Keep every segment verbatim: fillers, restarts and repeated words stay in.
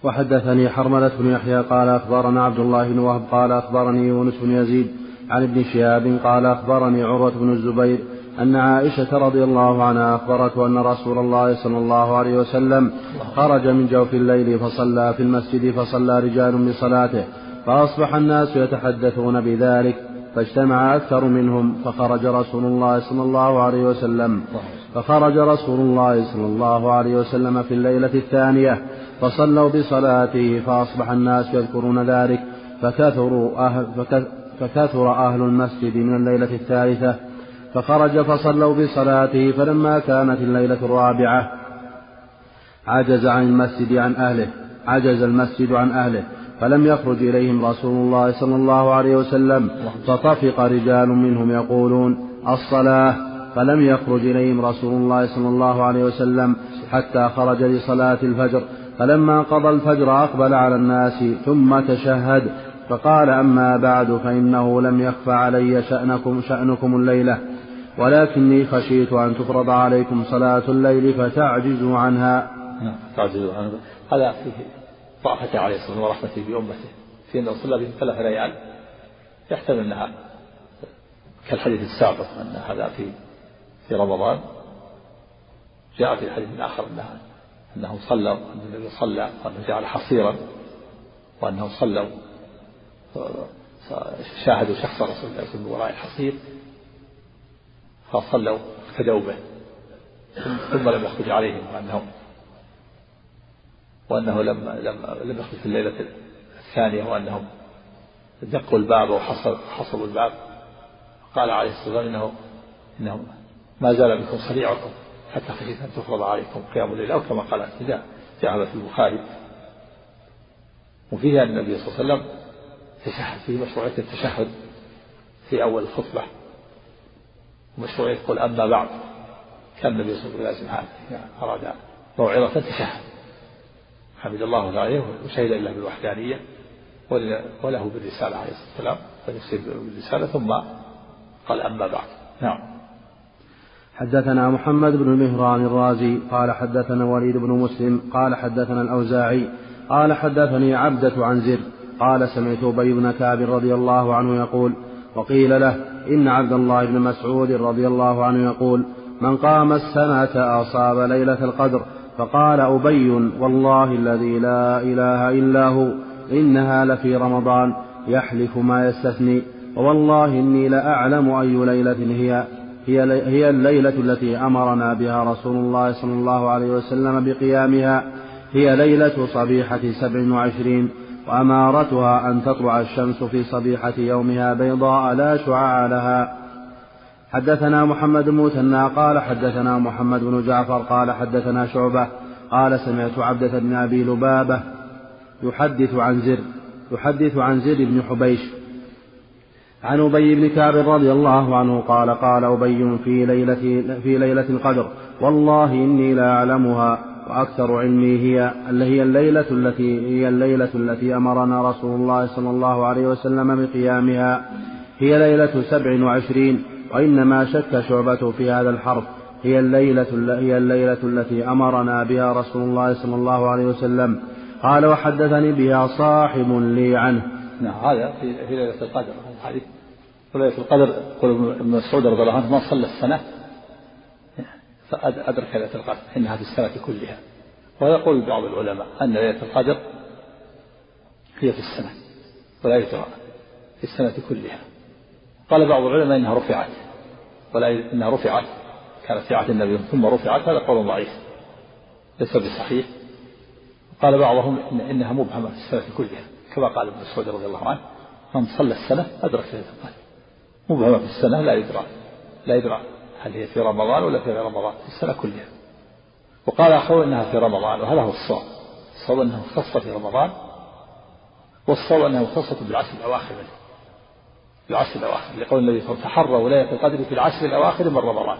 وحدثني حرملة بن يحيى قال أخبرنا عبد الله بن وهب قال أخبرني يونس بن يزيد عن ابن شهاب قال أخبرني عروة بن الزبير أن عائشة رضي الله عنها أخبرته أن رسول الله صلى الله عليه وسلم خرج من جوف الليل فصلى في المسجد فصلى رجال بصلاته فأصبح الناس يتحدثون بذلك فاجتمع أكثر منهم فخرج رسول الله صلى الله عليه وسلم فخرج رسول الله صلى الله عليه وسلم في الليلة الثانية فصلوا بصلاته فأصبح الناس يذكرون ذلك فكثروا أهل, فكثر أهل المسجد من الليلة الثالثة فخرج فصلوا بصلاته فلما كانت الليلة الرابعة عجز عن المسجد عن أهله عجز المسجد عن أهله فلم يخرج إليهم رسول الله صلى الله عليه وسلم فطفق رجال منهم يقولون الصلاة فلم يخرج إليهم رسول الله صلى الله عليه وسلم حتى خرج لصلاة الفجر فلما قضى الفجر أقبل على الناس ثم تشهد فقال أما بعد فإنه لم يخف علي شأنكم, شأنكم الليلة ولكني خشيت أن تفرض عليكم صلاة الليل فتعجزوا عنها. تعجزوا عنها. هذا فيه رأفته عليه الصلاة والسلام ورحمته بأمته في أنه صلى بهم ثلاث ليال يحتمل أنها كالحديث السابق أن هذا في في رمضان. جاء في الحديث الآخر أنها أنه صلى أن النبي صلى وأنه جعل حصيرا وأنه صلوا شاهدوا شخص رسول الله من وراء الحصير فصلوا اقتدوا به ثم لم يخرج عليهم وأنه وأنه لم لم لم يخرج في الليلة الثانية وأنهم دقوا الباب وحصلوا الباب قال عليه الصلاة والسلام إنه إنه ما زال بكم صريعكم حتى خشيت أن تفرض عليكم قيام الليل أو كما قال الابتداء جاء في البخاري. وفيها أن النبي صلى الله عليه وسلم تشهد فيه مشروعية التشهد في أول الخطبة ومشروعية يقول أما بعد كان النبي صلى الله عليه وسلم يعني أراد موعظة تشهد حمد الله عليه وشهد إلا بالوحدانية وله بالرسالة عليه الصلاة والسلام فنفسه بالرسالة ثم قال أما بعد. نعم. حدثنا محمد بن مهران الرازي قال حدثنا وليد بن مسلم قال حدثنا الأوزاعي قال حدثني عبدة عن زر قال سمعت أبي بن كعب رضي الله عنه يقول وقيل له إن عبد الله بن مسعود رضي الله عنه يقول من قام السنة أصاب ليلة القدر فقال أبي والله الذي لا إله إلا هو إنها لفي رمضان يحلف ما يستثني ووالله إني لأعلم أي ليلة هي هي, هي الليلة التي أمرنا بها رسول الله صلى الله عليه وسلم بقيامها هي ليلة صبيحة سبع وعشرين وأمارتها أن تطلع الشمس في صبيحة يومها بيضاء لا شعاع لها. حدثنا محمد بن مثنى قال حدثنا محمد بن جعفر قال حدثنا شعبة قال سمعت عبدة بن أبي لبابة يحدث عن زر يحدث عن زر بن حبيش عن أبي بن كعب رضي الله عنه قال قال أبي في ليلة, في ليلة القدر والله إني لا أعلمها وأكثر علمي هي هي الليلة التي هي الليلة التي أمرنا رسول الله صلى الله عليه وسلم بقيامها هي ليلة سبع وعشرين وإنما شك شعبة في هذا الحرف هي الليلة هي الليلة التي أمرنا بها رسول الله صلى الله عليه وسلم. قال وحدثني بها صاحب لي عنه. نعم هذا في ليلة القدر الحديث ليلة القدر يقول ابن مسعود رضي الله عنه ما صلى السنة فأدرك ليلة القدر إنها في السنة كلها. ويقول بعض العلماء أن ليلة القدر هي في السنة ولا يدرى في السنة كلها. قال بعض العلماء إنها رفعت ولا إنها رفعت كانت في عهد النبي ثم رفعت هذا قول ضعيف ليس بصحيح. قال بعضهم إن إنها مبهمة في السنة كلها كما قال ابن مسعود رضي الله عنه من صلى السنة أدرك ليلة القدر مبهمة في السنة لا يدرى لا يدرى هل هي في رمضان ولا في غير رمضان في السنة كلها. وقال آخر إنها في رمضان وهذا هو الصواب الصواب أنها مختصة في رمضان والصواب أنها مختصة بالعشر الأواخر منه بالعشر الأواخر لقول النبي صلى الله عليه وسلم تحروا ليلة القدر في العشر الأواخر من رمضان.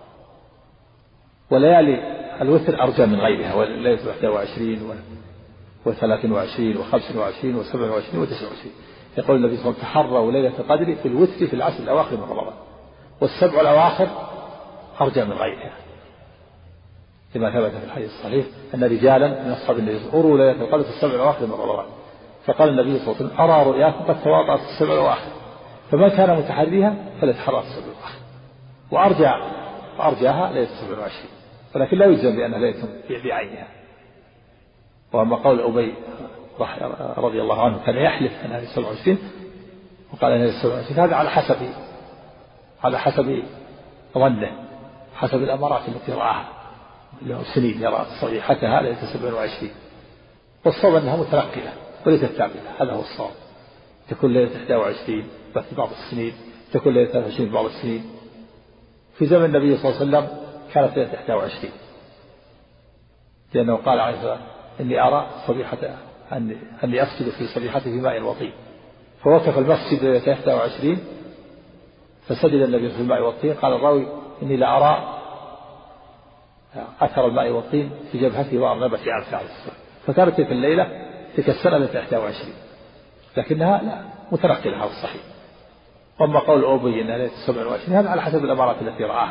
وليالي الوتر أرجى من غيرها وليلة واحد وعشرين وثلاث وعشرين وخمس وعشرين وسبع وعشرين وتسع وعشرين يقول النبي صلى الله عليه وسلم تحروا ليلة القدر في الوتر في العشر الأواخر من رمضان والسبع الأواخر أرجى من غيرها لما ثبت في الحديث الصحيح أن رجالا من أصحاب النبي أروا ليلة القدر في السبع الأواخر من رمضان، فقال النبي صلى الله عليه وسلم أرى رؤياكم قد تواطأت في السبع الأواخر، فمن كان متحريها فليتحرى في السبع الأواخر، وأرجع وأرجاها ليلة السبع والعشرين، ولكن لا يجزم بأنها ليلة بعينها. وأما قول أبي رضي الله عنه كان يحلف أنها ليلة السبع والعشرين وقال أنها ليلة السبع والعشرين، هذا على حسب على حسب ظنه، حسب الأمارات التي رآها له سنين يرى صحيحتها ليلة السبع والعشرين، والصواب أنها متنقلة وليست ثابتة، هذا هو الصواب. تكون ليلة إحدى وعشرين في بعض السنين، تكون ليلة ثلاثة وعشرين في بعض السنين. في زمن النبي صلى الله عليه وسلم كانت ليلة إحدى وعشرين، لأنه قال عليه الصلاة والسلام إني أرى صبيحة أني, أني أسجد في صبيحته في ماء وطين، فوقف المسجد ليلة إحدى وعشرين فسجد النبي في الماء والطين. قال الراوي إني لا أرى أثر الماء والطين في جبهته وأرنبة عرفه عليه السلام، فكانت تلك الليلة تلك السنة ليلة إحدى وعشرين، لكنها لا متنقلة على الصحيح. وأما قول أوبي إنها ليلة السبع والعشرين هذا على حسب الأمارات التي رآها،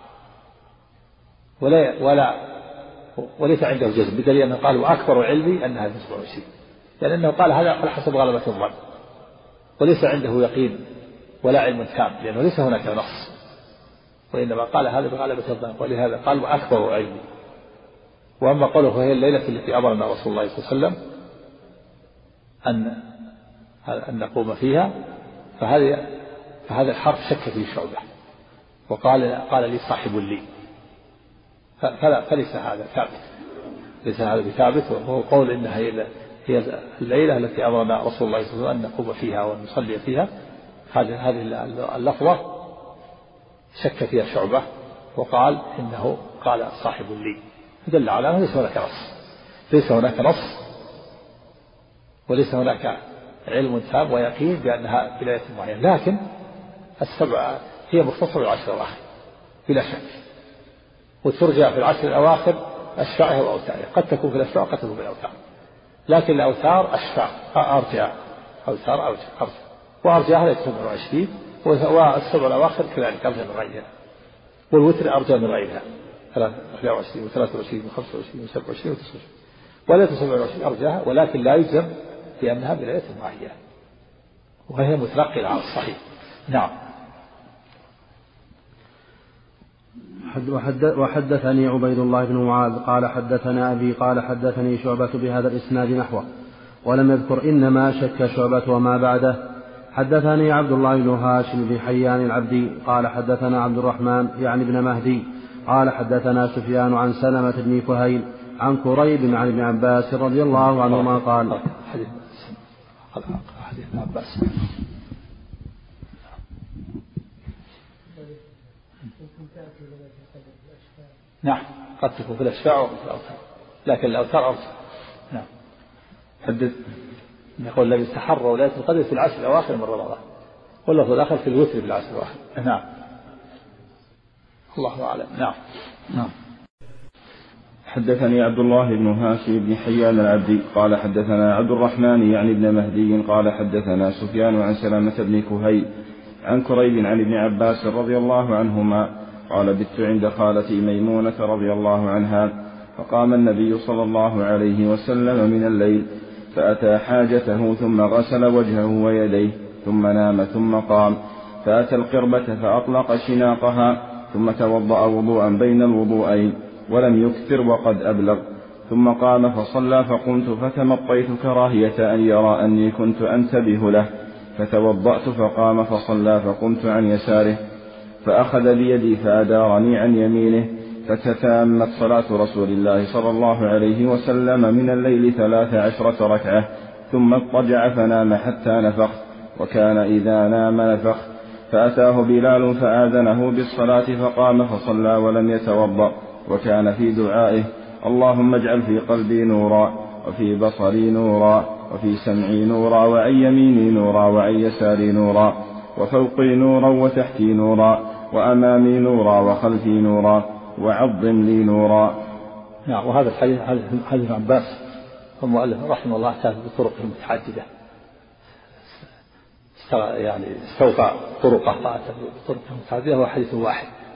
ولا ولا وليس عنده جزم، بدليل أنه قال وأكبر علمي أنها ليلة السبع والعشرين، يعني أنه قال هذا على حسب غلبة الظن، وليس عنده يقين ولا علم تام، لأنه ليس هناك نص، وإنما قال هذا بغلبة الظن، ولهذا قال وأكبر علمي. وأما قوله فهي الليلة التي أمرنا رسول الله صلى الله عليه وسلم أن أن نقوم فيها، فهذا فهذا الحرف شك فيه شعبة، وقال قال لي صاحب لي، فلا فليس هذا ثابت، ليس هذا بثابت. وهو قول إنها هي الليلة التي أمرنا رسول الله صلى الله عليه وسلم أن نقوم فيها ونصلي فيها، هذه هذه اللفظة شك فيها شعبة، وقال إنه قال صاحب لي، دل على أنه ليس هناك نص، ليس هناك نص وليس هناك علم تام ويقين بأنها ولاية معينة، لكن السبع هي مختصرة بالعشر الأواخر بلا شك، وترجع في العشر الأواخر أشفاعها وأوتارها، قد تكون في الأشفاع وقد تكون في الأوتار، لكن الأوتار أشفاع أرجع أوتار أرجع أرجع وأرجعها ليلة سبع وعشرين، والسبع الأواخر كذلك أرجع من غيرها، والوتر أرجع من غيرها ثلاثة وعشرين وثلاثة وعشرين وخمسة وعشرين وسبع وعشرين وتسعة وعشرين، وليلة سبع وعشرين أرجعها، ولكن لا يجزم بأنها بليلة معينة، وهي متنقلة على الصحيح. نعم. وحدثني عبيد الله بن معاذ قال حدثنا أبي قال حدثني شعبة بهذا الإسناد نحوه، ولم يذكر إنما شك شعبة وما بعده. حدثني عبد الله بن هاشم بن حيان العبدي قال حدثنا عبد الرحمن يعني بن مهدي قال حدثنا سفيان عن سلمة بن كهيل عن كريب عن ابن عباس رضي الله عنهما قال حديث ابن عباس نعم قد تكون في الأشفاع وفي الأوتار، لكن الأوتار أرجح. نعم. حدث يقول الذي استحر ولاية القدر في العشر الأواخر من رمضان، واللفظ الآخر في الوتر في العشر الأواخر. نعم. الله أعلم. نعم. نعم. حدثني عبد الله بن هاشم بن حيان العبدي قال حدثنا عبد الرحمن يعني ابن مهدي قال حدثنا سفيان عن سلامة بن كهيل عن كريب عن ابن عباس رضي الله عنهما قال بت عند خالتي ميمونة رضي الله عنها، فقام النبي صلى الله عليه وسلم من الليل فأتى حاجته ثم غسل وجهه ويديه ثم نام ثم قام فأتى القربة فأطلق شناقها ثم توضأ وضوءا بين الوضوءين ولم يكثر وقد أبلغ، ثم قام فصلى فقمت فتمطيت كراهية أن يرى أني كنت أنتبه له، فتوضأت فقام فصلى فقمت عن يساره فأخذ بيدي فأدارني عن يمينه، فتتامت صلاة رسول الله صلى الله عليه وسلم من الليل ثلاث عشرة ركعة، ثم اضطجع فنام حتى نفخ، وكان إذا نام نفخ، فأتاه بلال فآذنه بالصلاة فقام فصلى ولم يتوضأ، وكان في دعائه اللهم اجعل في قلبي نورا وفي بصري نورا وفي سمعي نورا وعن يميني نورا وعن يساري نورا وفوقي نورا وتحتي نورا وأمامي نورا وخلفي نورا وعظم لي نورا. نعم. وهذا الحديث حديث عباس المؤلف رحمه الله تعالى بطرق متعددة، يعني استوفى طرقه بطرق متعددة، هو حديث واحد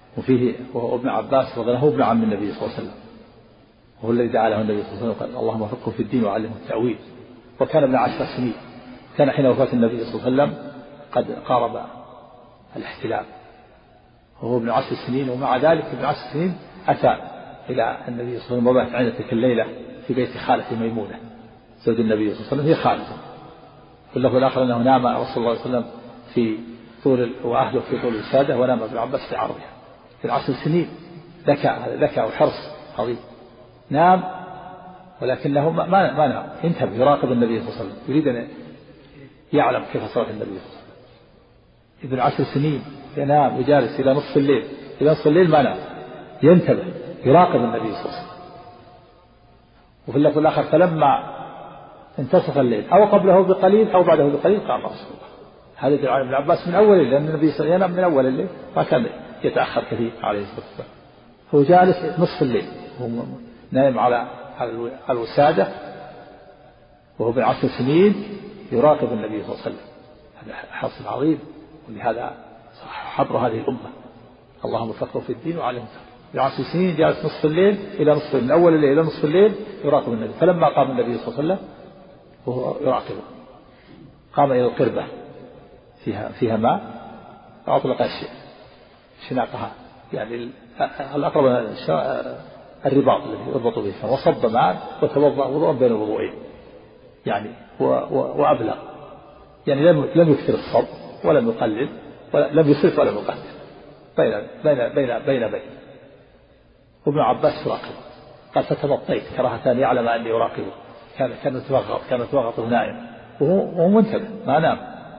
وفيه وهو ابن عباس رضي الله عنه ابن عم النبي صلى الله عليه وسلم، وهو الذي دعا له النبي صلى الله عليه وسلم قال اللهم وفقه في الدين وعلمه التأويل. وكان ابن عشر سنين، كان حين وفاة النبي صلى الله عليه وسلم قد قارب الاحتلام، وهو ابن عشر سنين، ومع ذلك ابن عشر سنين أتى إلى النبي صلى الله عليه وسلم وبات عند تلك الليلة في بيت خالته ميمونة زوج النبي صلى الله عليه وسلم، هي خالته. في اللفظ الآخر أنه نام رسول الله صلى الله عليه وسلم في طول وأهله في طول السادة، ونام ابن عباس في عرضها. في العشر سنين ذكاء ذكاء وحرص عظيم، نام ولكنه ما ما نام، انتبه يراقب النبي صلى الله عليه وسلم، يريد أن يعلم كيف صلاة النبي صلى الله عليه وسلم. ابن عشر سنين ينام وجالس إلى نصف الليل، إلى نصف الليل ما نام، ينتبه يراقب النبي صلى الله عليه وسلم. وفي اللفظ الآخر فلما انتصف الليل أو قبله بقليل أو بعده بقليل قام رسول الله. هذا يدل على ابن عباس من أول الليل، لأن النبي صلى الله عليه وسلم ينام من أول الليل، ما كان يتأخر كثير عليه الصلاة والسلام. هو جالس نصف الليل، هو نايم على على الوسادة، وهو ابن عشر سنين يراقب النبي صلى الله عليه وسلم. هذا حرص عظيم، ولهذا حبر هذه الأمة. اللهم فقهه في الدين وعلمه. ابن عشر سنين جالس نصف الليل إلى نصف الليل، من أول الليل إلى نصف الليل يراقب النبي. فلما قام النبي صلى الله عليه وسلم وهو يراقبه، قام إلى القربة فيها فيها ماء، فأطلق شناقها، يعني الأقرب الرباط الذي يربط به، وصب ماء وتوضأ وضوءا بين الوضوئين، يعني وأبلغ، يعني لم لم يكثر الصب ولم يقلل، ولم يسرف ولم يقتل، بين بين بين بين بين. وابن عباس يراقبه، قال فتمطيت كراهة أن يعلم أني يراقبه، كان كان يتوغط كان يتوغط نائم وهو منتبه ما نام.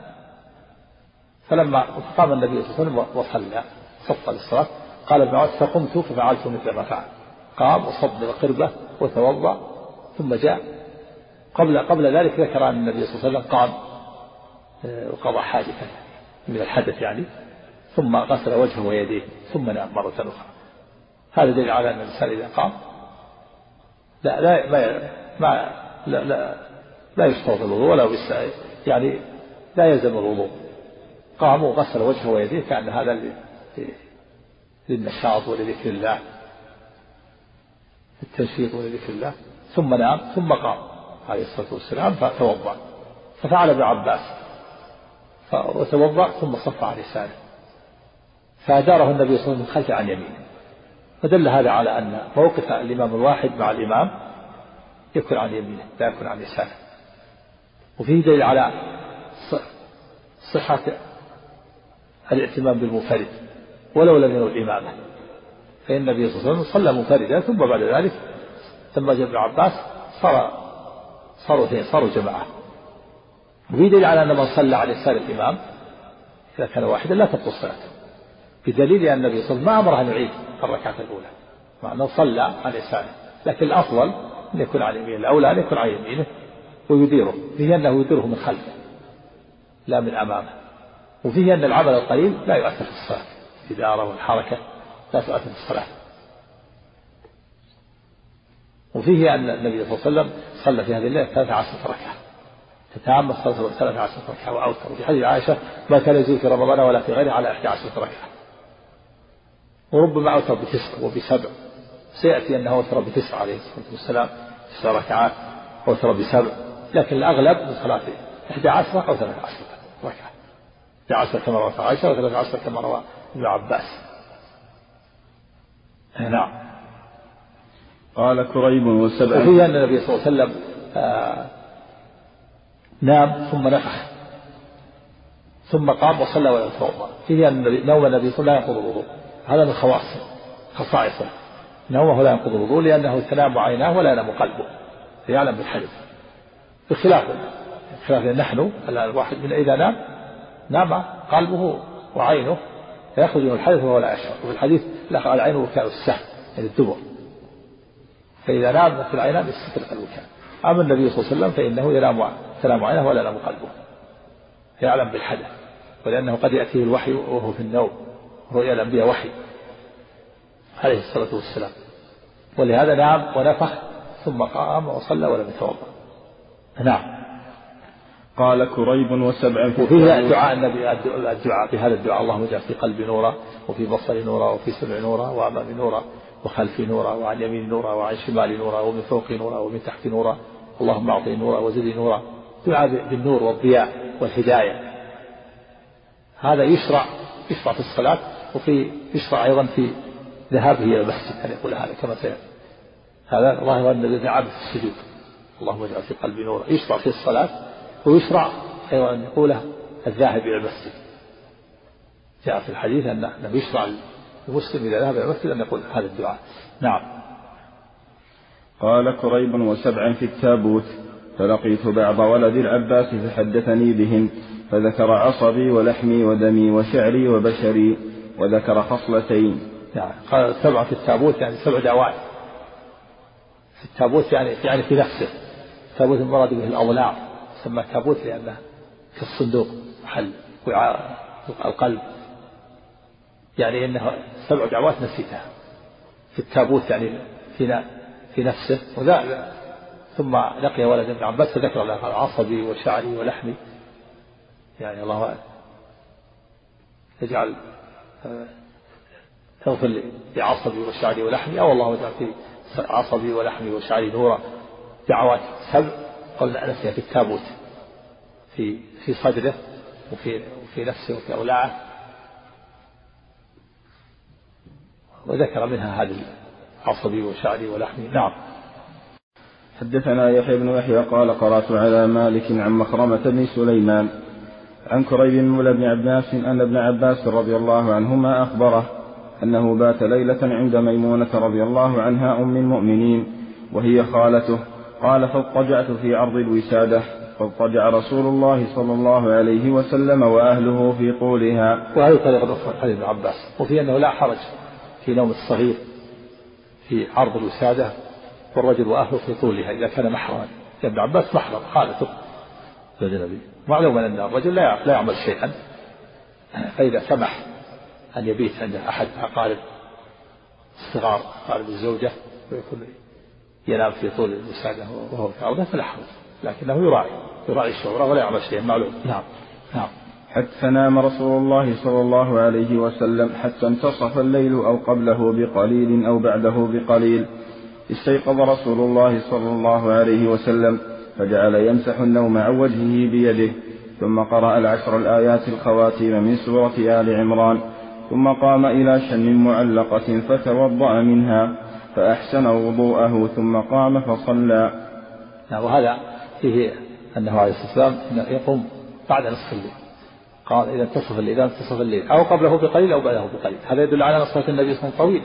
فلما قام النبي صلى الله عليه وسلم وصلى صف للصلاة، قال ابن عباس فقمت ففعلت مثل ما فعل، قام وصب القربة وتوضأ، ثم جاء قبل قبل ذلك ذكر أن النبي صلى الله عليه وسلم قام وقضى حاجته من الحدث يعني، ثم غسل وجهه ويديه ثم نام مرة أخرى. هذا دليل على أن الإنسان إذا قام لا لا ما ما لا لا, لا يشترط الوضوء ولا يعني لا يلزم الوضوء. قام وغسل وجهه ويديه، كأن هذا للنشاط ولذكر الله، التنشيط ولذكر الله، ثم نام ثم قام عليه الصلاة والسلام فتوضأ. ففعل ابن عباس وتوضأ ثم صف على لسانه، فأداره النبي صلى الله عليه وسلم من خلفه عن يمينه. فدل هذا على أن موقف الإمام الواحد مع الإمام يكون عن يمينه لا يكون عن يساره. وفيه دليل على صحة الاهتمام بالمنفرد ولو لم ينو الإمامة، فإن النبي صلى الله عليه وسلم صلى منفردا، ثم بعد ذلك ثم جاء ابن عباس صار صاروا اثنين صاروا جماعة. وفيه دليل على أن من صلى على يسار الإمام إذا كان واحدا لا تبطل صلاته، بدليل أن النبي صلى الله عليه وسلم ما أمره أن يعيد الركعة الأولى، مع أنه صلى على يساره، لكن الأفضل أن يكون على يمينه، الأولى أن يكون على يمينه ويديره، فيه أنه يديره من خلفه لا من أمامه. وفيه أن العمل القليل لا يؤثر في الصلاة، الإدارة والحركة لا تؤثر في الصلاة. وفيه أن النبي صلى الله عليه وسلم صلى في هذه الليلة ثلاث عشرة ركعة، تتعمد صلاة ثلاث عشرة ركعة وأوتر. وفي حديث عائشة ما كان يزيد في رمضان ولا في غيره على إحدى عشرة ركعة، وربما أوتر بتسع وبسبع، سيأتي أنه أوتر بتسع عليه الصلاة والسلام تسع ركعات، أوتر بسبع، لكن الأغلب من صلاته إحدى عشرة أو ثلاث عشرة ركعة، إحدى عشرة كما روى عائشة وثلاث عشرة كما روى ابن عباس. نعم. قال كريب وسبع. وفيه أن النبي صلى الله عليه وسلم آه نام ثم نفخ ثم قام وصلى ولم يتوضأ. فيه أن نوم النبي صلى الله عليه وسلم لا ينقض الوضوء، هذا من خواص خصائصه، نومه لا ينقض الوضوء لأنه تنام عيناه ولا ينام قلبه، فيعلم بالحدث، بخلاف بخلاف نحن الواحد من إذا نام نام قلبه وعينه فيخرج من الحدث وهو لا يشعر. وفي الحديث لا العين وكاء السهم يعني الدبر، فإذا نام في العينان يستطرق الوكاء. أما النبي صلى الله عليه وسلم فإنه ينام تنام عينه ولا ينام قلبه، يعلم بالحدث، ولأنه قد يأتيه الوحي وهو في النوم، رؤيا الأنبياء وحي عليه الصلاة والسلام، ولهذا نام ونفخ ثم قام وصلى ولم يتوضأ. نعم. قال كريب وسبع في وفيه دعاء النبي الدعاء بهذا الدعاء اللهم اجعل في قلبي نورا وفي بصري نورا وفي سمعي نورا وأمامي نورا وخلفي نورا وعن يميني نورا وعن شمالي نورا ومن فوقي نورا ومن تحتي نورا اللهم أعطني نورا وزدني نورا. دعاء بالنور والضياء والهداية هذا يشرع يشرع في الصلاة وفي يشرع أيضا في ذهابه إلى المسجد أن يقول هذا كما سيأتي. هذا الله أن الذي في السجود اللهم اجعل في قلبي نورا يشرع في الصلاة ويشرع أيضا أن يقوله الذاهب إلى المسجد. جاء في الحديث أنه يشرع المسلم إذا ذهب إلى المسجد أن يقول هذا الدعاء. نعم. قال كريب وسبع في التابوت فلقيت بعض ولد العباس فحدثني بهن فذكر عصبي ولحمي ودمي وشعري وبشري وذكر خصلتين. يعني قال سبع في التابوت يعني سبع دعوات في التابوت يعني يعني في نفسه. التابوت المراد به الأضلاع سمى تابوت لأنه كالصندوق محل وعاء القلب يعني إنه سبع دعوات نسيتها في التابوت يعني في في نفسه. وذا ثم لقي ولد ابن عباس فذكر له عصبي وشعري ولحمي يعني الله يجعل تغفر لعصبي وشعري ولحمي أو الله يجعل في عصبي ولحمي وشعري نورا. دعوات سبع قلنا نسيها في التابوت في في صدره وفي وفي نفسه وفي أولاعه وذكر منها هذه عصبي وشعري ولحمي. نعم. حدثنا يحيى بن يحيى قال قرأت على مالك عن مخرمة بن سليمان عن كريب مولى بن عباس أن ابن عباس رضي الله عنهما أخبره أنه بات ليلة عند ميمونة رضي الله عنها أم المؤمنين وهي خالته. قال فاضطجعت في عرض الوسادة فاضطجع رسول الله صلى الله عليه وسلم وأهله في طولها. وهذه طريقة أخرى حديث ابن عباس وفي أنه لا حرج في نوم الصغير في عرض الوسادة والرجل وأهله في طولها إذا كان محرما. ابن عباس محرم خالته النبي معلوم أن الرجل لا لا يعمل شيئا فإذا سمح أن يبيت عند أحد أقارب الصغار أقارب الزوجة ويكون ينام في طول الوسادة وهو في عرضه فلا حرج لكنه يراعي يراعي الشعور ولا يعمل شيئا معلوم. نعم. نعم. حتى فنام رسول الله صلى الله عليه وسلم حتى انتصف الليل أو قبله بقليل أو بعده بقليل. استيقظ رسول الله صلى الله عليه وسلم فجعل يمسح النوم عن وجهه بيده ثم قرأ العشر الآيات الخواتيم من سورة آل عمران ثم قام إلى شن معلقة فتوضأ منها فأحسن وضوءه ثم قام فصلى. وهذا فيه أنه عليه الصلاة والسلام يقوم بعد نصف الليل. قال إذا انتصف الليل إذا انتصف الليل أو قبله بقليل أو بعده بقليل. هذا يدل على صلاة النبي صلى الله عليه وسلم طويلة.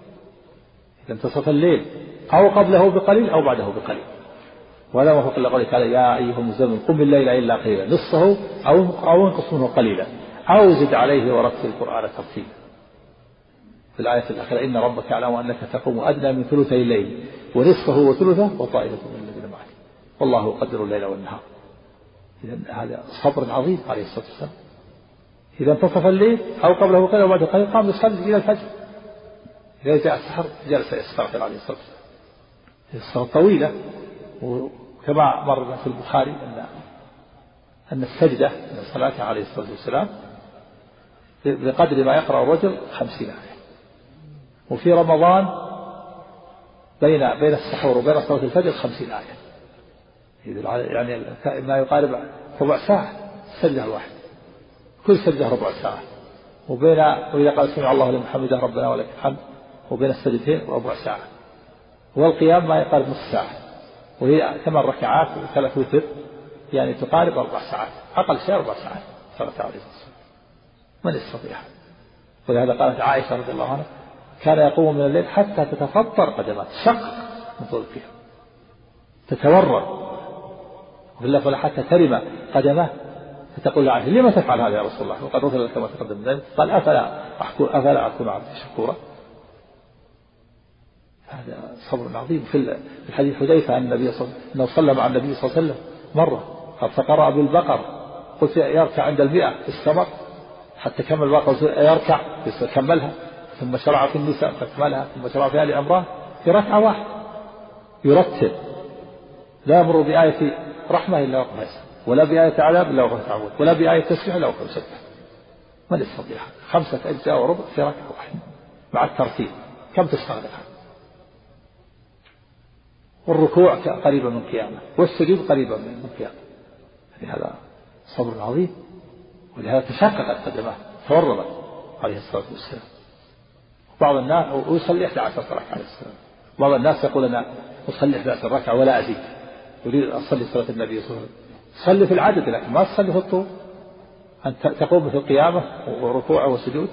إذا انتصف الليل أو قبله بقليل أو بعده بقليل. ولا وفق الله قوله تعالى يا أيها المزمل قم الليل إلا قليلا نصفه أو أو انقص منه قليلا أو زد عليه ورتل القرآن ترتيلا. في الآية الأخيرة إن ربك يعلم أنك تقوم أدنى من ثلثي الليل ونصفه وثلثه وطائفة من الذين معك والله يقدر الليل والنهار. إذا هذا صبر عظيم عليه الصلاة والسلام. إذا انتصف الليل أو قبله قليل أو بعده قليل قام يصلي إلى الفجر. إذا جاء السحر جلس يستغفر عليه الصلاة والسلام. الصلاة طويلة وكما مر في البخاري أن أن السجدة من صلاته عليه الصلاة والسلام بقدر ما يقرأ الرجل خمسين آية. وفي رمضان بين بين السحور وبين صلاة الفجر خمسين آية يعني ما يقارب ربع ساعة السجدة الواحدة كل سجدة ربع ساعة وبين وإذا قال سمع الله لمن حمده ربنا ولك الحمد وبين السجدتين ربع ساعة والقيام ما يقارب نصف ساعة وهي ثمان ركعات وثلاث وتر يعني تقارب أربع ساعات أقل شيء أربع ساعات صلاة عليه الصلاة من يستطيع. ولهذا قالت عائشة رضي الله عنها كان يقوم من الليل حتى تتفطر قدمات شق من طول القيام تتورم ولا فلا حتى ترم قدمه فتقول لعائشة لما تفعل هذا يا رسول الله وقد غفر لك ما تقدم من ذنبك قال أفلا أكون أفلا أكون عبدا شكورا. هذا صبر عظيم. في الحديث حذيفة أن النبي صلى الله صلى مع النبي صلى الله عليه وسلم مرة فقرأ بالبقر قلت يركع عند المئة استمر حتى كمل البقر يركع كملها ثم شرع في النساء فكملها ثم شرع في آل عمران في ركعة واحدة يرتب لا يمر بآية رحمة إلا وقف ولا بآية عذاب إلا وهو تعود، ولا بآية تسبيح إلا وهو يسبح. من يستطيع خمسة أجزاء وربع في ركعة واحدة مع الترتيب، كم تستغرق؟ والركوع قريبا من قيامه، والسجود قريبا من قيامه. هذا صبر عظيم، ولهذا تشققت قدماه تورمت عليه الصلاة والسلام. بعض الناس ويصلي إحدى عشرة ركعة عليه السلام. بعض الناس يقول أنا أصلي إحدى عشرة ركعة ولا أزيد، يريد أن أصلي صلاة النبي صلى الله عليه وسلم. صلي في العدد لكن ما تصلي في الطول، أن تقوم في القيامة وركوع وسجود.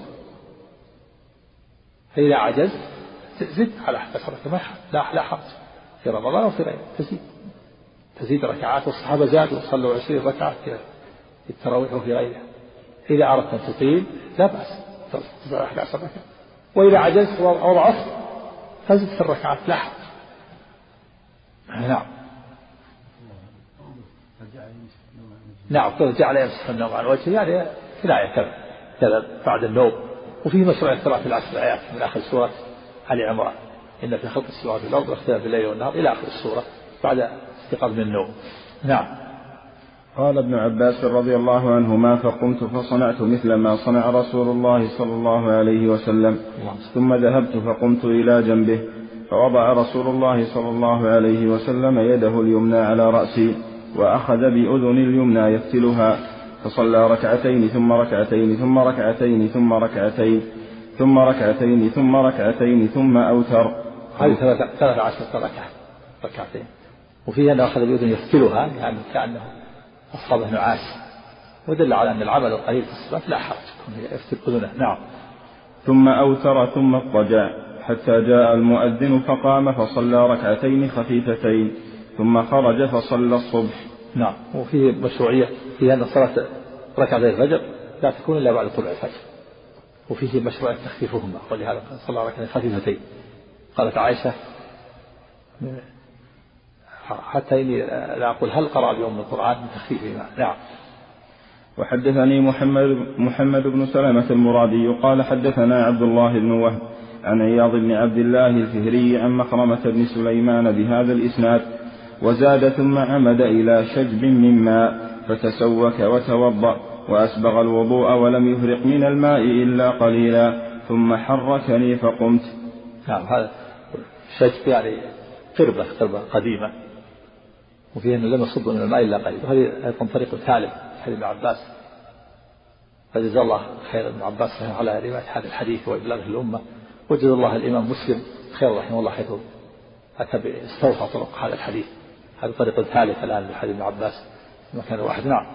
فإذا عجزت زد على إحدى عشرة ركعة، لا لا حرج، في رمضان وفي غيره تزيد تزيد ركعات. والصحابة زادوا صلوا عشرين ركعة في التراويح وفي غيرها. إذا أردت أن تطيل لا بأس تصل إحدى عشرة ركعة، وإذا عجزت أو ضعفت تزد في الركعات لا حرج. نعم نعم جعل يمسح النوم عن وجهه، يعني كناية كذا كذا بعد النوم. وفيه مشروع قراءة العشر آيات من آخر سورة آل عمران، إن في خلق السماوات والأرض واختلاف الليل والنهار إلى آخر السورة بعد استيقاظ من النوم. نعم. قال ابن عباس رضي الله عنهما: فقمت فصنعت مثل ما صنع رسول الله صلى الله عليه وسلم، ثم ذهبت فقمت إلى جنبه، فوضع رسول الله صلى الله عليه وسلم يده اليمنى على رأسي، وأخذ بأذن اليمنى يفتلها، فصلى ركعتين ثم ركعتين ثم ركعتين ثم ركعتين ثم ركعتين ثم ركعتين ثم أوتر. هذه ثلاث عشرة ركعة ركعتين. وفيها أنه أخذ بأذن يفتلها، يعني كأنه أصابه نعاس، ودل على أن العمل القليل في الصلاة لا حرج يفتل أذنه. نعم. ثم أوتر ثم اضطجع حتى جاء المؤذن فقام فصلى ركعتين خفيفتين، ثم خرج فصلى الصبح. نعم. وفيه مشروعية في أن صلاة ركعتي الفجر لا تكون إلا بعد طلوع الفجر، وفيه مشروعية تخفيفهما، ولهذا صلى ركعتين خفيفتين. قالت عائشة حتى إني لا أقول هل قرأ اليوم القرآن من تخفيفهما. نعم. وحدثني محمد محمد بن سلمة المرادي قال حدثنا عبد الله بن وهب عن عياض بن عبد الله الفهري عن مخرمة بن سليمان بهذا الإسناد، وزاد ثم عمد إلى شجب من ماء فتسوك وتوضأ وأسبغ الوضوء ولم يفرق من الماء إلا قليلا، ثم حركني فقمت. نعم. هذا شجب يعني قربة قربة قديمة، وفيه أنه لم يصب من الماء إلا قليلا. وهذه أيضا طريق ثالث حديث ابن عباس، فجزا الله خير ابن عباس على رواية هذا الحديث وإبلاغه الأمة، وجزا الله الإمام مسلم خير رحمه الله حيث أتى باستوفى طرق هذا الحديث. هذا طريق ثالث الآن لحديث ابن عباس مكان واحد. نعم.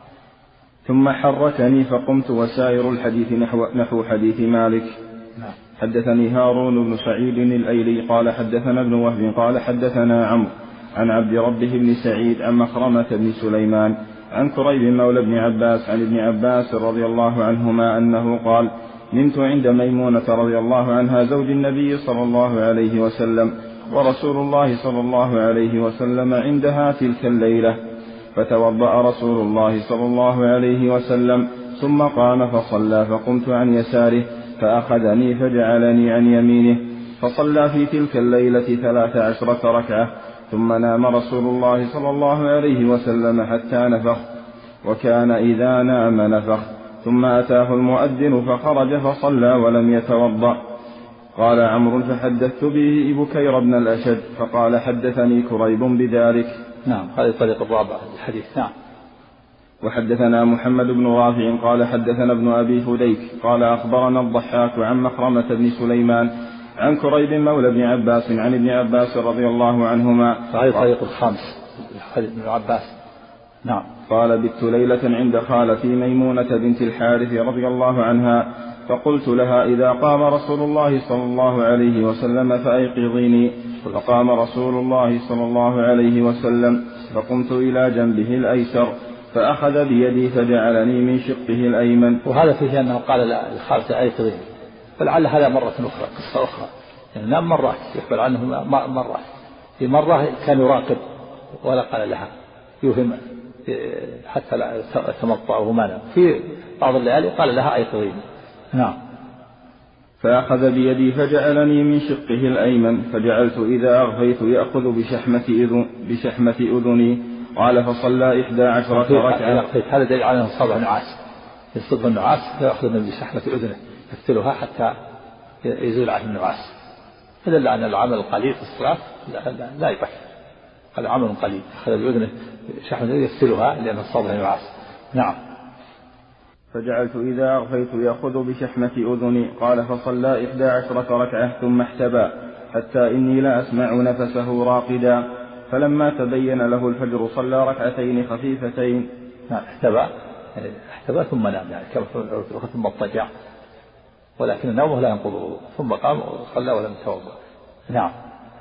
ثم حركني فقمت، وسائر الحديث نحو, نحو حديث مالك. نعم. حدثني هارون بن سعيد الأيلي قال حدثنا ابن وهب قال حدثنا عمرو عن عبد ربه بن سعيد عن مخرمة بن سليمان عن كريب مولى بن عباس عن ابن عباس رضي الله عنهما أنه قال: نمت عند ميمونة رضي الله عنها زوج النبي صلى الله عليه وسلم، ورسول الله صلى الله عليه وسلم عندها تلك الليلة، فتوضأ رسول الله صلى الله عليه وسلم ثم قام فصلى، فقمت عن يساره فأخذني فجعلني عن يمينه، فصلى في تلك الليلة ثلاث عشرة ركعة، ثم نام رسول الله صلى الله عليه وسلم حتى نفخ، وكان إذا نام نفخ، ثم أتاه المؤذن فخرج فصلى ولم يتوضأ. قال عمرو: فحدثت به بكير بن الأشد فقال: حدثني كريب بذلك. نعم. هذه الطريقة الرابعة الحديث. نعم. وحدثنا محمد بن رافع قال حدثنا ابن أبي فديك قال أخبرنا الضحاك عن مخرمة بن سليمان عن كريب مولى بن عباس عن ابن عباس رضي الله عنهما. هذه الطريقة الخامس حديث ابن عباس. نعم. قال: بت ليلة عند خالتي ميمونة بنت الحارث رضي الله عنها، فقلت لها: إذا قام رسول الله صلى الله عليه وسلم فأيقظيني. فقام رسول الله صلى الله عليه وسلم، فقمت إلى جنبه الأيسر فأخذ بيدي فجعلني من شقه الأيمن. وهذا فيه أنه قال لخالته: أيقظيني. فلعل هذا مرة أخرى، قصة أخرى، يعني نام مرات يخبر عنه مرات. في مرة كان يراقب ولا قال لها، يوهم حتى لا تمطأ وما نام. في بعض الليالي قال لها: أيقظيني. نعم. فأخذ بيدي فجعلني من شقه الأيمن، فجعلت إذا أغفيت يأخذ بشحمة, إذن بشحمة أذني، قال فصلى إحدى عشرة ركعة. هذا دليل على أنه صبع نعاس، يصب النعاس فيأخذ النبي بشحمة أذنه يفتلها حتى يزول عنه النعاس، فدل على العمل القليل في الصلاة لا, لا يبكر، هذا عمل قليل، أخذ بأذنه شحمة أذنه يفتلها لأن الصبع نعاس. نعم. فجعلت إذا أغفيت يأخذ بشحمة أذني. قال فصلى إحدى عشرة ركعة ثم احتبى حتى إني لا أسمع نفسه راقدا، فلما تبين له الفجر صلى ركعتين خفيفتين. نعم احتبى احتبى ثم نام، يعني كما ثم اضطجع، ولكن نومه لا ينقضه، ثم قام وصلى ولم يتوضأ. نعم.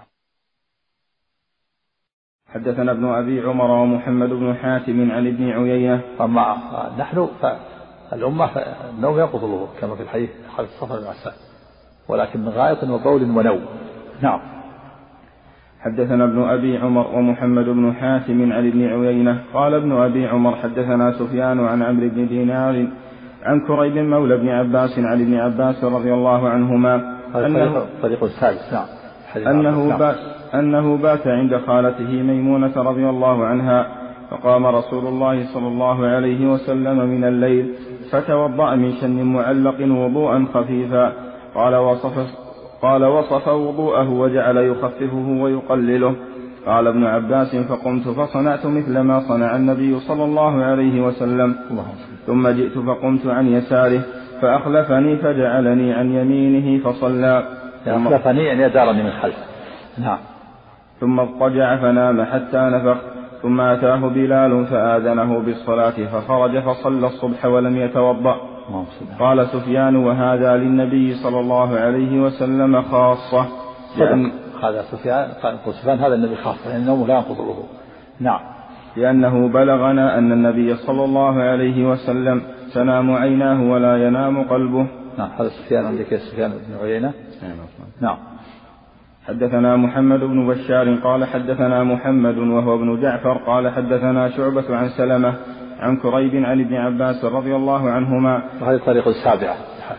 حدثنا ابن أبي عمر ومحمد بن حاتم عن ابن عيينة. أما نحن فالأمة النوم ينقض الوضوء كما في الحديث حديث الصفر والعسل، ولكن غاية وبول ونوم. نعم. حدثنا ابن أبي عمر ومحمد بن حاتم عن ابن عيينة قال ابن أبي عمر حدثنا سفيان عن عمرو بن دينار عن كريب مولى ابن عباس عن ابن عباس رضي الله عنهما أنه طريق الثالث. نعم. أنه بات, أنه بات عند خالته ميمونة رضي الله عنها، فقام رسول الله صلى الله عليه وسلم من الليل فتوضأ من شن معلق وضوءا خفيفا. قال وصف, قال وصف وضوءه وجعل يخففه ويقلله. قال ابن عباس فقمت فصنعت مثل ما صنع النبي صلى الله عليه وسلم، ثم جئت فقمت عن يساره فأخلفني فجعلني عن يمينه فصلى. أخلفني يعني يدارني من خلفه. نعم. ثم اضطجع فنام حتى نفخ، ثم أتاه بلال فآذنه بالصلاة فخرج فصلى الصبح ولم يتوضأ. قال سفيان وهذا للنبي صلى الله عليه وسلم خاصة. لأن هذا سفيان قال سفيان هذا النبي خاصة لأن النوم لا ينقض الوضوء. نعم. لأنه بلغنا أن النبي صلى الله عليه وسلم تنام عيناه ولا ينام قلبه. نعم. هذا سفيان عندك سفيان بن عيينة. نعم. حدثنا محمد بن بشار قال حدثنا محمد وهو ابن جعفر قال حدثنا شعبة عن سلمة عن كريب عن ابن عباس رضي الله عنهما. وهذه الطريقة السابعة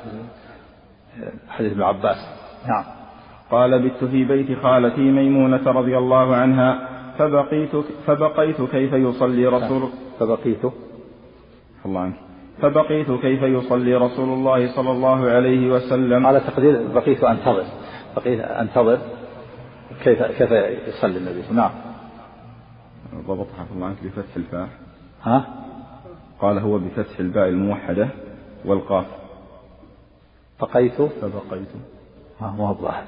حديث ابن عباس. نعم. قال بت في بيت خالتي ميمونة رضي الله عنها فبقيت, فبقيت كيف يصلي رسول فبقيت الله عنه فبقيت كيف يصلي رسول الله صلى الله عليه وسلم. على تقدير بقيت أنتظر بقيت أنتظر كيف كيف يصلي النبي. نعم. ضبط حفظ الله عنك بفتح الفاء. ها؟ قال هو بفتح الباء الموحدة والقاف. بقيت فبقيت ها مو الظاهر.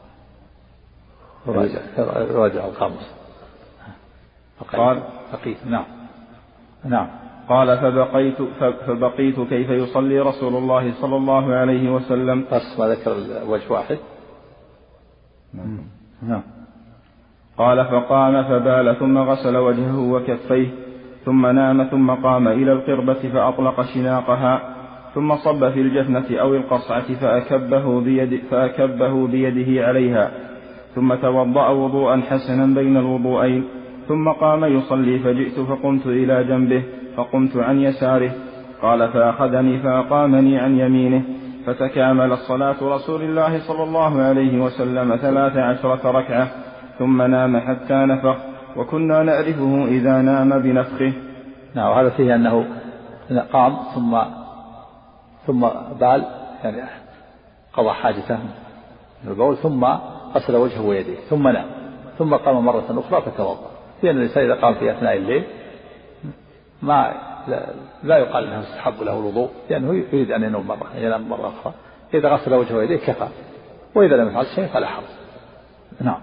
راجع راجع القاموس. قال بقيت. نعم. نعم. قال فبقيت فبقيت كيف يصلي رسول الله صلى الله عليه وسلم. بس ما ذكر الوجه واحد. نعم. نعم. قال فقام فبال ثم غسل وجهه وكفيه ثم نام ثم قام إلى القربة فأطلق شناقها ثم صب في الجفنة أو القصعة فأكبه, بيد فأكبه بيده عليها ثم توضأ وضوءا حسنا بين الوضوءين ثم قام يصلي فجئت فقمت إلى جنبه فقمت عن يساره. قال فأخذني فأقامني عن يمينه فتكامل الصلاة رسول الله صلى الله عليه وسلم ثلاث عشرة ركعة ثم نام حتى نفخ وكنا نعرفه إذا نام بنفخه. نعم. وهذا فيه أنه قام ثم ثم بال يعني قضى حاجته من البول ثم غسل وجهه ويديه ثم نام ثم قام مرة أخرى فتوضأ. لأن الإنسان إذا قام في أثناء الليل ما لا, لا يقال أنه يستحب له الوضوء لأنه يريد أن ينام مرة ينام مرة أخرى. إذا غسل وجهه ويديه كفى، وإذا لم يفعل شيء فلا حرج. نعم.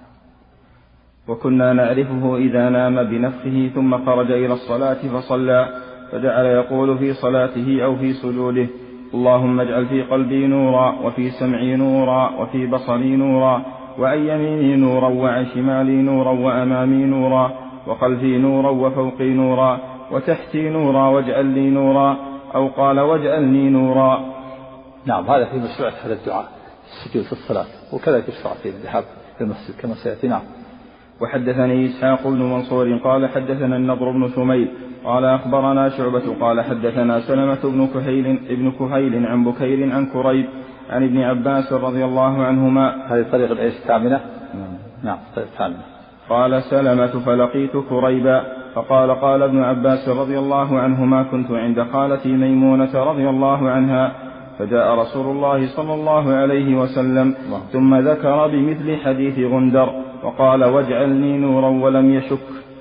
وكنا نعرفه إذا نام بنفخه ثم خرج إلى الصلاة فصلى فجعل يقول في صلاته أو في سجوده اللهم اجعل في قلبي نورا وفي سمعي نورا وفي بصري نورا وعن يميني نورا وعن شمالي نورا وأمامي نورا وخلفي نورا وفوقي نورا وتحتي نورا واجعل لي نورا أو قال واجعلني نورا. نعم. هذا في مشروع هذا الدعاء السجود في الصلاة وكذلك يشرع في الذهاب في المسجد كما سيأتي. نعم. وحدثني إسحاق بن منصور قال حدثنا النضر بن شميل قال أخبرنا شعبة قال حدثنا سلمة بن كهيل ابن كهيل عن بكير عن كريب عن ابن عباس رضي الله عنهما. هذه طريقة الثامنة. نعم. الثامنة. قال سلمة فلقيت كريبا فقال قال ابن عباس رضي الله عنهما كنت عند خالتي ميمونة رضي الله عنها فجاء رسول الله صلى الله عليه وسلم ثم ذكر بمثل حديث غندر وقال واجعلني نورا ولم يشك.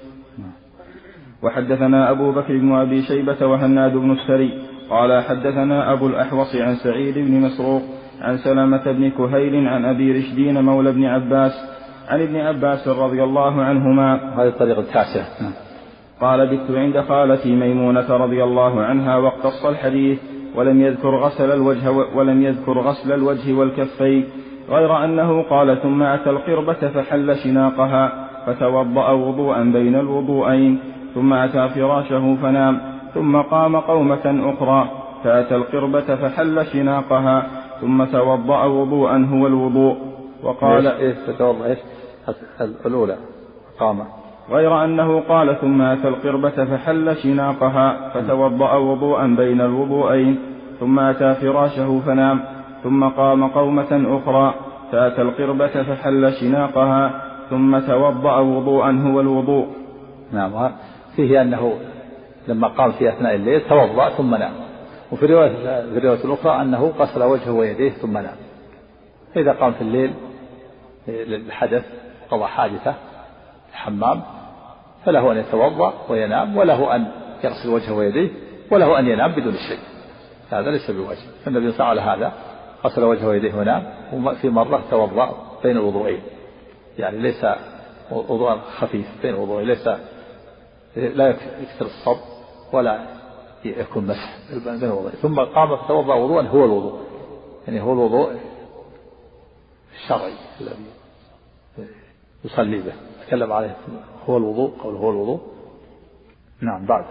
وحدثنا أبو بكر بن أبي شيبة وهناد بن السري قال حدثنا أبو الأحوص عن سعيد بن مسروق عن سلامة بن كهيل عن أبي رشدين مولى ابن عباس عن ابن عباس رضي الله عنهما. هذه الطريقة التاسعة. قال بت عند خالتي ميمونة رضي الله عنها واقتص الحديث ولم يذكر غسل الوجه ولم يذكر غسل الوجه والكفين غير أنه قال ثم أتى القربة فحل شناقها فتوضأ وضوءا بين الوضوءين ثم أتى فراشه فنام ثم قام قومة أخرى فأتى القربة فحل شناقها ثم توضأ وضوءا هو الوضوء. وقال إيش تتوضأ إيش الأولى قام غير أنه قال ثم أتى القربة فحل شناقها فتوضأ وضوءا بين الوضوءين ثم أتى فراشه فنام ثم قام قومة أخرى فأتى القربة فحل شناقها ثم توضأ وضوءا هو الوضوء. نعم. فيه أنه لما قام في أثناء الليل توضأ ثم نام. وفي الرواية في الرواية الأخرى أنه غسل وجهه ويديه ثم نام. إذا قام في الليل للحدث قضى حاجته الحمام فله أن يتوضأ وينام وله أن يغسل وجهه ويديه وله أن ينام بدون شيء. هذا ليس بواجب. فالنبي صلى الله عليه وسلم هذا غسل وجهه ويديه ونام وفي مرة توضأ بين الوضوئين يعني ليس وضوء خفيف بين الوضوئين ليس لا يكثر الصب ولا يكون مسح بين الوضوئين ثم قام فتوضأ وضوءا هو الوضوء يعني هو الوضوء الشرعي الذي يصلي به تكلم عليه هو الوضوء قول هو الوضوء. نعم. بعد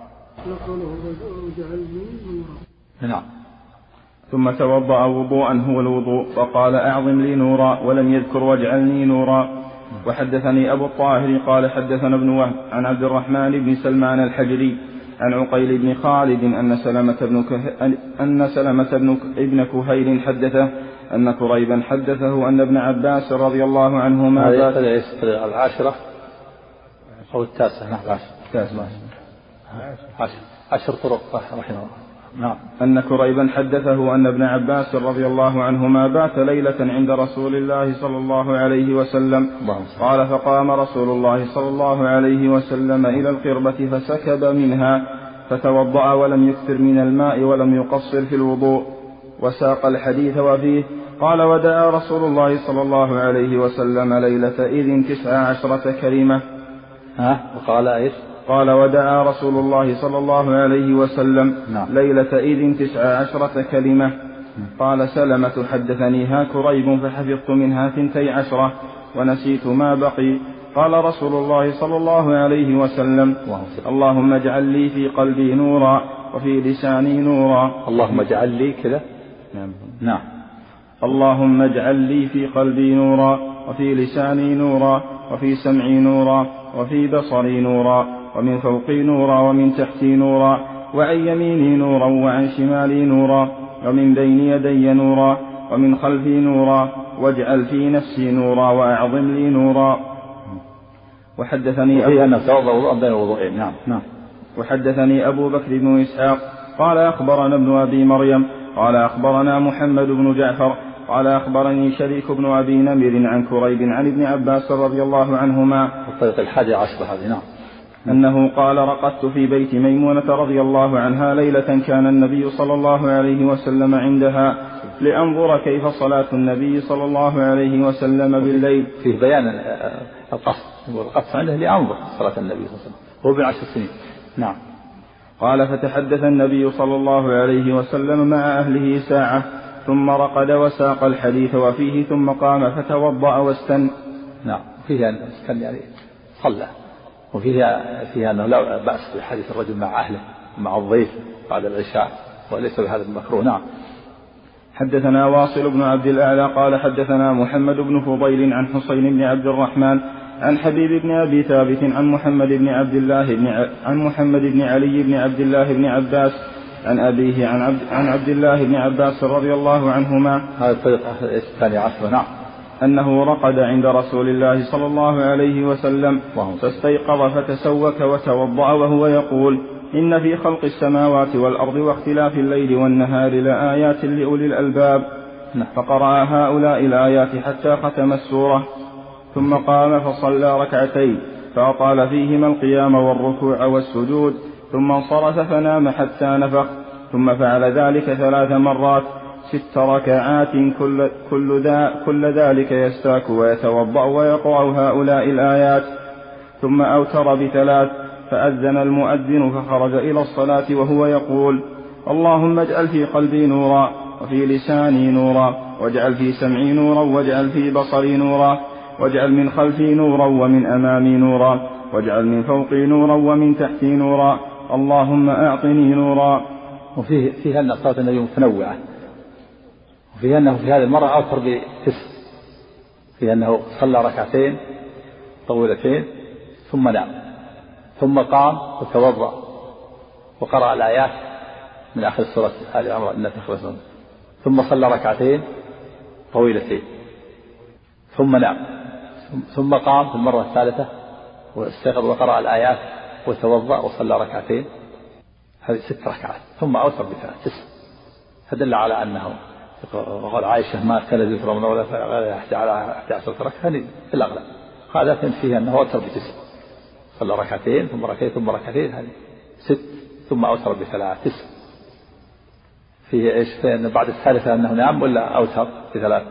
نعم. ثم توضأ وضوءا هو الوضوء وقال أعظم لي نورا ولم يذكر واجعلني نورا. وحدثني أبو الطاهر قال حدثنا ابن وهب عن عبد الرحمن بن سلمان الحجري عن عقيل بن خالد أن سلمة بن كه... أن سلمة بن ابن كهيل حدثه أن كريبا حدثه أن ابن عباس رضي الله عنهما هذه العاشرة أو التاسعة. نعم التاسعة عشر عشر طرق رحمه الله. نعم. أن كريبا حدثه أن ابن عباس رضي الله عنهما بات ليلة عند رسول الله صلى الله عليه وسلم قال فقام رسول الله صلى الله عليه وسلم إلى القربة فسكب منها فتوضأ ولم يكثر من الماء ولم يقصر في الوضوء وساق الحديث وفيه قال ودعا رسول الله صلى الله عليه وسلم ليلة إذ تسع عشرة كلمة. ها وقال إيش؟ قال ودعا رسول الله صلى الله عليه وسلم نعم. ليلة إذ تسع عشرة كلمة. قال سلمة حدثنيها كريب فحفظت منها ثنتي عشرة ونسيت ما بقي. قال رسول الله صلى الله عليه وسلم اللهم اجعل لي في قلبي نورا وفي لساني نورا. اللهم اجعل لي كذا. نعم. نعم. اللهم اجعل لي في قلبي نورا وفي لساني نورا وفي سمعي نورا وفي بصري نورا ومن فوقي نورا ومن تحتي نورا وعن يميني نورا وعن شمالي نورا ومن بين يدي نورا ومن خلفي نورا واجعل في نفسي نورا وأعظم لي نورا. وحدثني أبو أن توضأ وضوءا بين الوضوءين. نعم. نعم. وحدثني أبو بكر بن إسحاق قال أخبرنا ابن أبي مريم قال أخبرنا محمد بن جعفر قال أخبرني شريك بن أبي نمر عن كريب عن ابن عباس رضي الله عنهما الطريق الحادي عشر هذه. نعم. أنه قال رقدت في بيت ميمونة رضي الله عنها ليلة كان النبي صلى الله عليه وسلم عندها لأنظر كيف صلاة النبي صلى الله عليه وسلم بالليل. فيه بيان القصد والقصد عنده لأنظر صلاة النبي صلى الله عليه وسلم هو بعشر سنين. نعم. قال فتحدث النبي صلى الله عليه وسلم مع أهله ساعة ثم رقد وساق الحديث وفيه ثم قام فتوضأ واستن. نعم. فيه أن استن يعني صلى وفيها فيها أنه لا بأس بحديث الرجل مع أهله مع الضيف بعد العشاء وليس بهذا المكروه. نعم. حدثنا واصل بن عبد الأعلى قال حدثنا محمد بن فضيل عن حسين بن عبد الرحمن عن حبيب بن أبي ثابت عن محمد بن عبد الله بن ع... عن محمد بن علي بن عبد الله بن عباس عن أبيه عن عبد, عن عبد الله بن عباس رضي الله عنهما. هذا الطريق الثاني عشر. نعم. أنه رقد عند رسول الله صلى الله عليه وسلم فاستيقظ فتسوك وتوضأ وهو يقول: إن في خلق السماوات والأرض واختلاف الليل والنهار لآيات لأولي الألباب. فقرأ هؤلاء الآيات حتى ختم السورة، ثم قام فصلى ركعتين فأطال فيهما القيام والركوع والسجود، ثم انصرف فنام حتى نفخ، ثم فعل ذلك ثلاث مرات ست ركعات كل, كل, ذا كل ذلك يستاك ويتوضأ ويقرأ هؤلاء الآيات، ثم أوتر بثلاث فأذن المؤذن فخرج إلى الصلاة وهو يقول: اللهم اجعل في قلبي نورا وفي لساني نورا واجعل في سمعي نورا واجعل في بصري نورا واجعل من خلفي نورا ومن أمامي نورا واجعل من فوقي نورا ومن تحتي نورا اللهم أعطني نورا. وفيه فيها أن صلاة النبي متنوعة، وفيه أنه في هذه المرة أوتر بتسع، فيه أنه صلى ركعتين طويلتين ثم نام، ثم قام وتوضأ وقرأ الآيات من آخر سورة آل عمران إنك خلصنا، ثم صلى ركعتين طويلتين ثم نام، ثم قام في المرة الثالثة واستيقظ وقرأ الآيات وتوضأ وصلى ركعتين، هذه ست ركعات، ثم أوتر بثلاث تسع. فدل على أنه قال عائشة ما كان ذكر من ولا على أحد عشر ركعة في الأغلب، هذا فيه أنه أوتر بتسع، صلى ركعتين ثم ركعتين ثم ركعتين، هذه ست، ثم أوتر بثلاث تسع. فيه إيش؟ فإن بعد الثالثة أنه نام ولا أوتر بثلاث؟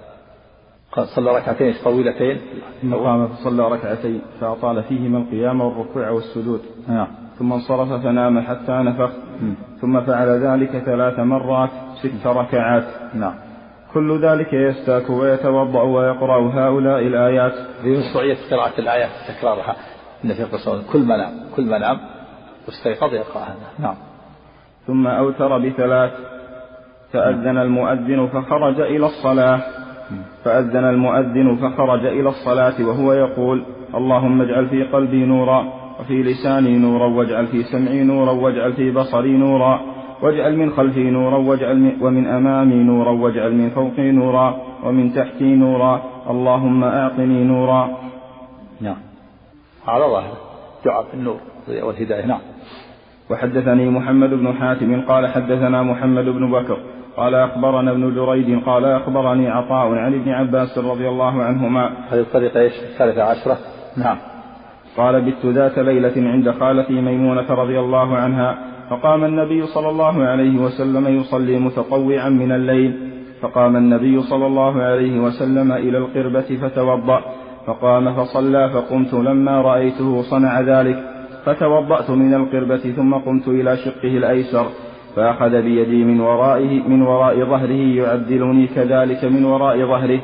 صلى ركعتين طويلتين ثم قام فصلى ركعتين فأطال فيهما القيام والركوع والسجود، نعم. ثم انصرف فنام حتى نفخ، ثم فعل ذلك ثلاث مرات ست ركعات، نعم. كل ذلك يستاك ويتوضأ ويقرأ هؤلاء الآيات. في مشروعية قراءة الآيات تكرارها، إن في قصة كل ما نام كل ما نام واستيقظ يقرأها، نعم. ثم أوتر بثلاث فأذن المؤذن فخرج إلى الصلاة فأذن المؤذن فخرج إلى الصلاة وهو يقول: اللهم اجعل في قلبي نورا وفي لساني نورا واجعل في سمعي نورا واجعل في بصري نورا واجعل من خلفي نورا واجعل من ومن أمامي نورا واجعل من فوقي نورا ومن تحتي نورا اللهم أعطني نورا. نعم. على ظاهر دعاء النور والهداية. نعم. وحدثني محمد بن حاتم قال حدثنا محمد بن بكر قال أخبرنا ابن جريج قال أخبرني عطاء عن ابن عباس رضي الله عنهما. هذه الطريقة إيش؟ الثالثة عشرة. نعم. قال: بت ذات ليلة عند خالتي ميمونة رضي الله عنها، فقام النبي صلى الله عليه وسلم يصلي متطوعا من الليل، فقام النبي صلى الله عليه وسلم إلى القربة فتوضأ، فقام فصلى، فقمت لما رأيته صنع ذلك فتوضأت من القربة، ثم قمت إلى شقه الأيسر فأخذ بيدي من ورائه من وراء ظهره يعدلني كذلك من وراء ظهره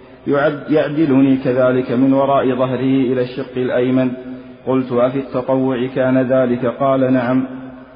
يعدلني كذلك من وراء ظهره إلى الشق الأيمن. قلت: أفي التطوع كان ذلك؟ قال: نعم.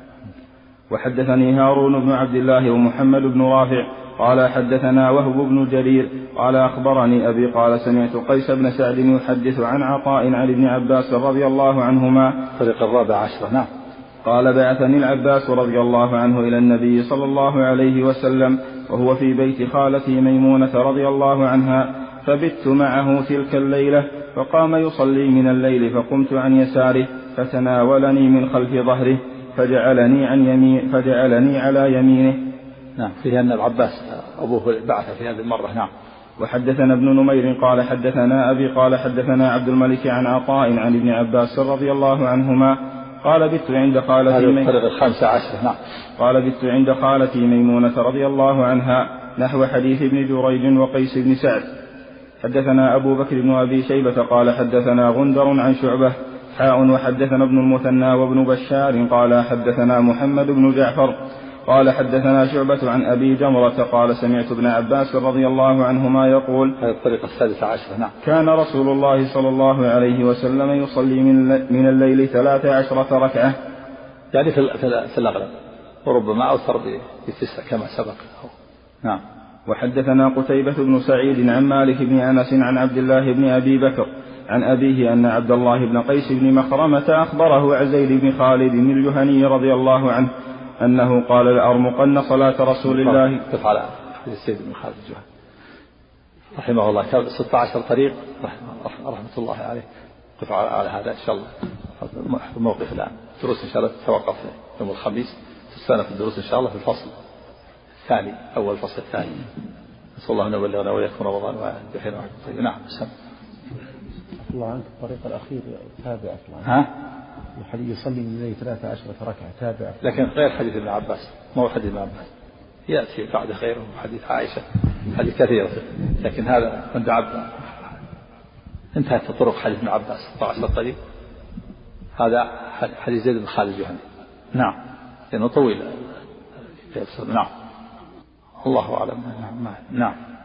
وحدثني هارون بن عبد الله ومحمد بن رافع قال حدثنا وهب بن جرير قال أخبرني أبي قال سمعت قيس بن سعد يحدث عن عطاء عن ابن عباس رضي الله عنهما. طريق الرابع عشر. نعم. قال: بعثني العباس رضي الله عنه إلى النبي صلى الله عليه وسلم وهو في بيت خالتي ميمونة رضي الله عنها، فبت معه تلك الليلة، فقام يصلي من الليل، فقمت عن يساره فتناولني من خلف ظهره فجعلني عن يمين فجعلني على يمينه. نعم. فيه أن العباس أبوه بعث في هذه المرة. نعم. وحدثنا ابن نمير قال حدثنا أبي قال حدثنا عبد الملك عن عطاء عن ابن عباس رضي الله عنهما قال: بت عند خالتي ميمونة الخامسة عشر. نعم. قال: بت عند خالتي ميمونة رضي الله عنها نحو حديث ابن جريج وقيس بن سعد. حدثنا أبو بكر بن أبي شيبة قال حدثنا غندر عن شعبة حاء وحدثنا ابن المثنى وابن بشار قال حدثنا محمد بن جعفر قال حدثنا شعبة عن أبي جمرة قال سمعت ابن عباس رضي الله عنهما يقول: هذه الطريقة السادسة عشر. نعم. كان رسول الله صلى الله عليه وسلم يصلي من الليل ثلاث عشرة ركعة، يعني في الأغلب، وربما أوتر بتسع كما سبق. نعم. وحدثنا قتيبة بن سعيد عن مالك بن أنس عن عبد الله بن أبي بكر عن أبيه أن عبد الله بن قيس بن مخرمة أخبره عن زيد بن خالد الجهني رضي الله عنه أنه قال: لأرمقن صلاة رسول الله. على زيد بن خالد الجهني. رحمه الله ستة عشر طريق رحمة الله عليه. قف على هذا إن شاء الله موقف الآن دروس إن شاء الله تتوقف يوم الخميس تستأنف في الدروس إن شاء الله في الفصل الثاني أول الفصل الثاني. نسأل الله أن يبلغنا وإياكم رمضان وبخير ورحمة. نعم سم. الله عنك الطريق الأخير تابع أصلا. ها؟ الحديث يصلي من الليل ثلاثة عشرة ركعة تابع. لكن غير حديث ابن عباس ما هو حديث ابن عباس يأتي بعد خيره حديث عائشة حديث كثيرة لكن هذا عند عباس انتهت طرق حديث ابن عباس ستة عشر طريق. هذا حديث زيد بن خالد الجهني. نعم لأنه طويل. نعم الله أعلم. نعم نعم